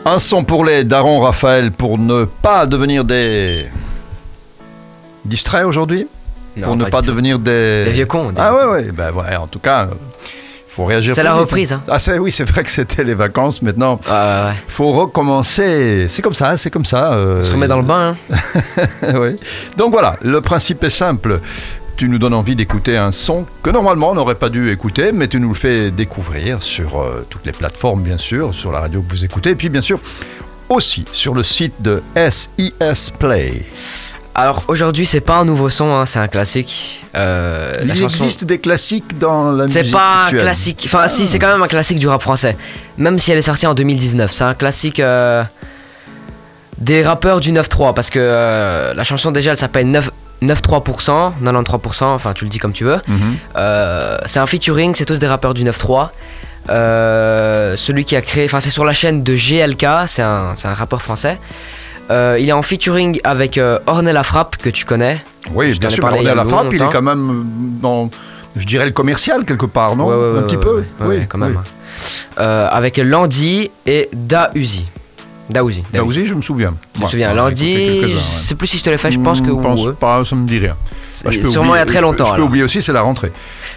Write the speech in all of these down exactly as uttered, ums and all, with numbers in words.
Un son pour les darons, Raphaël, pour ne pas devenir des distraits aujourd'hui. Non, pour ne pas, pas du tout. devenir des... Des vieux cons. Des... Ah ouais, ouais, ben ouais, en tout cas, il faut réagir. C'est la reprise. Hein. Ah c'est, oui, c'est vrai que c'était les vacances, maintenant. Il euh, ouais. faut recommencer. C'est comme ça, c'est comme ça. Euh... On se remet dans le bain. Hein. Oui. Donc voilà, le principe est simple. Tu nous donnes envie d'écouter un son que normalement on n'aurait pas dû écouter, mais tu nous le fais découvrir sur euh, toutes les plateformes, bien sûr, sur la radio que vous écoutez, et puis bien sûr aussi sur le site de S I S Play. Alors aujourd'hui, c'est pas un nouveau son, hein, c'est un classique. Euh, Il la chanson... existe des classiques dans la c'est musique. C'est pas actuelle. un classique. Enfin, ah. si, c'est quand même un classique du rap français. Même si elle est sortie en deux mille dix-neuf. C'est un classique euh, des rappeurs du neuf trois. Parce que euh, la chanson, déjà, elle s'appelle neuf trois pour cent, quatre-vingt-treize pour cent. Enfin, tu le dis comme tu veux. Mm-hmm. Euh, c'est un featuring, c'est tous des rappeurs du neuf trois. Euh, celui qui a créé. Enfin, c'est sur la chaîne de G L K. C'est un, c'est un rappeur français. Euh, il est en featuring avec euh, Ornella Frappe, que tu connais. Oui, je bien sûr, Ornella Frappe, il est quand même dans, je dirais, le commercial quelque part, non? ouais, ouais, Un ouais, petit ouais, peu ouais, oui, ouais, quand même. Oui. Euh, avec Landy et Daouzi. Daouzi. Daouzi, je me souviens. Je me ouais, souviens. Landy, je sais plus si je te l'ai fait, je pense que... Je pense ouais. pas, ça me dit rien. Bah, sûrement oublier, il y a très longtemps. Je, je peux oublier aussi, c'est la rentrée.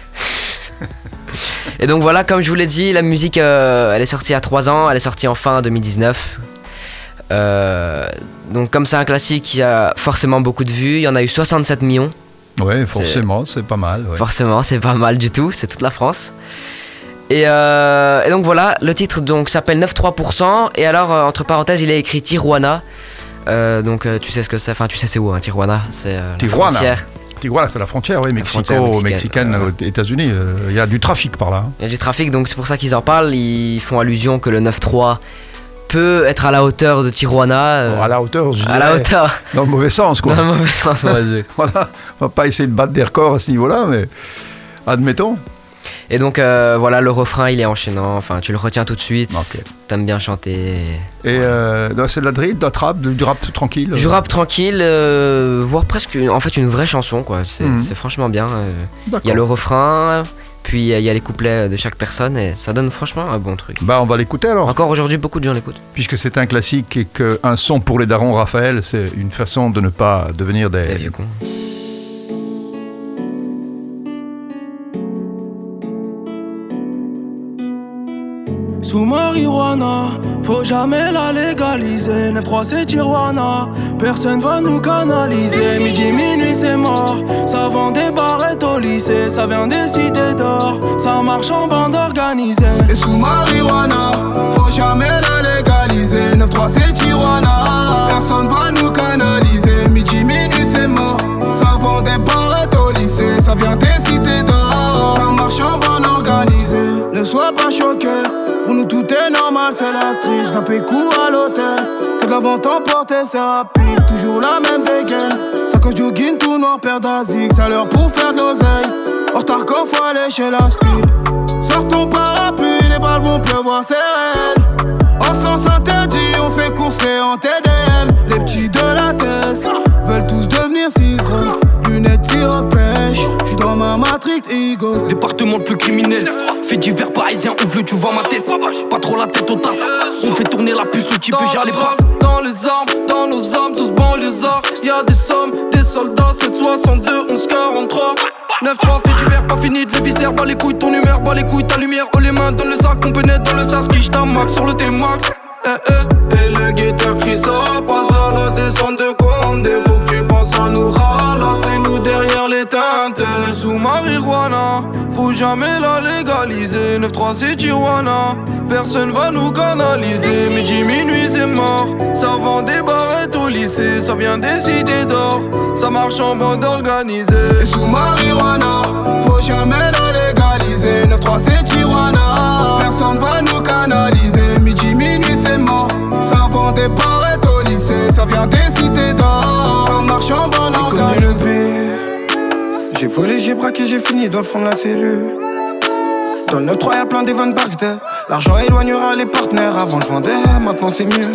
Et donc voilà, comme je vous l'ai dit, la musique, euh, elle est sortie il y a trois ans, elle est sortie en fin deux mille dix-neuf. Euh, donc comme c'est un classique, il y a forcément beaucoup de vues, il y en a eu soixante-sept millions. Ouais, forcément, c'est, c'est pas mal. Ouais. Forcément, c'est pas mal du tout, c'est toute la France. Et, euh, et donc voilà, le titre donc s'appelle neuf trois pour cent et alors euh, entre parenthèses, il est écrit Tijuana. Euh, donc euh, tu sais ce que c'est, enfin tu sais c'est où hein, Tijuana, c'est euh, Tijuana. La frontière. Tijuana, c'est la frontière, oui, mexico-mexicaine euh, aux États-Unis. Il euh, y a du trafic par là. Il y a du trafic, donc c'est pour ça qu'ils en parlent. Ils font allusion que le neuf trois peut être à la hauteur de Tijuana. Euh, oh, à la hauteur, je dirais. À la hauteur. Dans le mauvais sens, quoi. Dans le mauvais sens, on va dire. Voilà, on va pas essayer de battre des records à ce niveau-là, mais admettons. Et donc euh, voilà, le refrain il est enchaînant, enfin tu le retiens tout de suite, okay. T'aimes bien chanter. Et euh, c'est de la drill, de la trap, du rap tranquille. Du rap tranquille, euh, voire presque en fait une vraie chanson quoi, c'est, mmh. c'est franchement bien. Il y a le refrain, puis il y a les couplets de chaque personne et ça donne franchement un bon truc. Bah on va l'écouter alors. Encore aujourd'hui beaucoup de gens l'écoutent. Puisque c'est un classique et qu'un son pour les darons, Raphaël, c'est une façon de ne pas devenir des... Des vieux cons. Sous marijuana, faut jamais la légaliser. neuf trois c'est Tijuana, personne va nous canaliser. Midi, minuit c'est mort, ça vend des barrettes au lycée. Ça vient des cités d'or, ça marche en bande organisée. Et sous marijuana, faut jamais la légaliser. neuf trois c'est Tijuana, personne va nous canaliser. Midi, minuit c'est mort, ça vend des barrettes au lycée. Ça vient des cités d'or, ça marche en bande organisée. Ne sois pas choqué, pour nous tout est normal, c'est la street. J'tapais coup à l'hôtel, que de la vente emportée, c'est rapide. Toujours la même dégaine, sacoche jogging tout noir, paire d'Azik. C'est l'heure pour faire de l'oseille, en retard quand faut aller chez la speed. Sors ton parapluie, les balles vont pleuvoir, c'est réel. En sens interdit, on se fait courser en T D M. Les petits de la caisse veulent tous devenir six gros. Lunettes, tir pêche, j'suis dans ma Matrix Ego. Département le plus criminel, fait divers parisien, ouvre le tu vois ma tête. Pas trop la tête aux tasses, on fait tourner la puce, le type et j'ai les passes. Dans les armes, dans nos armes, tous banlieusards. Y'a des sommes, des soldats, sept soixante-deux, onze quarante-trois. neuf trois fait divers, pas fini de les viscères. Bas les couilles ton humeur, bas les couilles ta lumière. Oh les mains dans le sac, on pénètre dans le sas. Quiche ta max sur le T-Max. Eh eh, et le guetteur crie ça, passe à la descente de Condé. Faut que tu penses à nous ralasser, nous derrière les teintes. Sous marijuana, faut jamais la légaliser. neuf trois c'est Tijuana, personne va nous canaliser. Midi, minuit c'est mort, ça vend des barrettes au lycée. Ça vient des cités d'or, ça marche en bande organisée. Et sous marijuana, faut jamais la légaliser. neuf trois c'est Tijuana, personne va nous canaliser. Midi, minuit c'est mort, ça vend des barrettes au lycée. Ça vient des cités d'or, ça marche en bande organisée. J'ai volé, j'ai braqué, j'ai fini dans le fond de la cellule. Dans le neuf trois y'a plein des Van Bagdad. L'argent éloignera les partenaires. Avant je vendais, maintenant c'est mieux.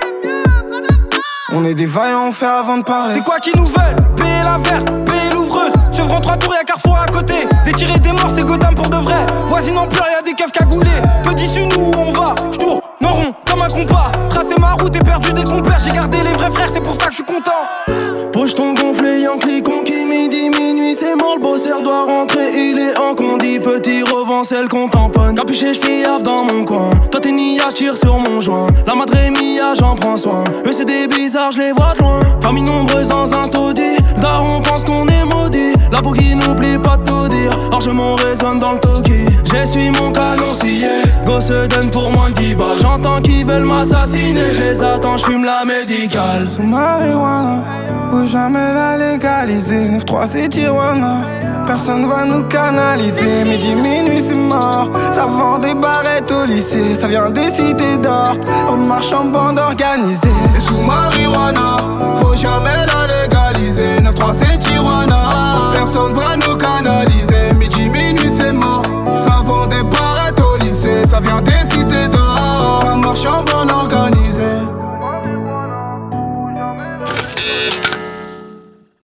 On est des vaillants, on fait avant de parler. C'est quoi qui nous veulent? Payer la verte, payer l'ouvreuse. Sur Grand trois tours, y'a Carrefour à côté. Des tirés des morts, c'est Gotham pour de vrai. Voisine en pleurs, y'a des keufs cagoulés. Petit sur nous où on va, j'tourne, me rond comme un compas. Tracé où t'es perdu dès qu'on perd. J'ai gardé les vrais frères, c'est pour ça que je suis content. Pocheton gonflé, Yankee conquis, midi, minuit, c'est mort, le bosseur doit rentrer, il est en condi, petit revend, celle qu'on tamponne. Capuché, j'piave dans mon coin, toi t'es nia, tire sur mon joint. La madre mia, j'en prends soin, eux c'est des bizarres, j'les vois de loin. Famille nombreuse dans un taudis, le daron pense qu'on est maudit. La bougie n'oublie pas de tout dire, or je m'en résonne dans le toki. J'essuie mon canon scié, go se donne pour moins de dix balles. J'entends qu'ils veulent m'assassiner, j'les attends, j'fume la médicale. Sous marijuana, faut jamais la légaliser. neuf trois c'est Tijuana, personne va nous canaliser. Midi minuit c'est mort, ça vend des barrettes au lycée. Ça vient des cités d'or, on marche en bande organisée. Et sous marijuana, faut jamais la légaliser. neuf trois c'est Tijuana, personne va nous canaliser. Midi minuit c'est mort, ça vend des barrettes au lycée. Ça vient des cités d'or, ça marche en bande organisée.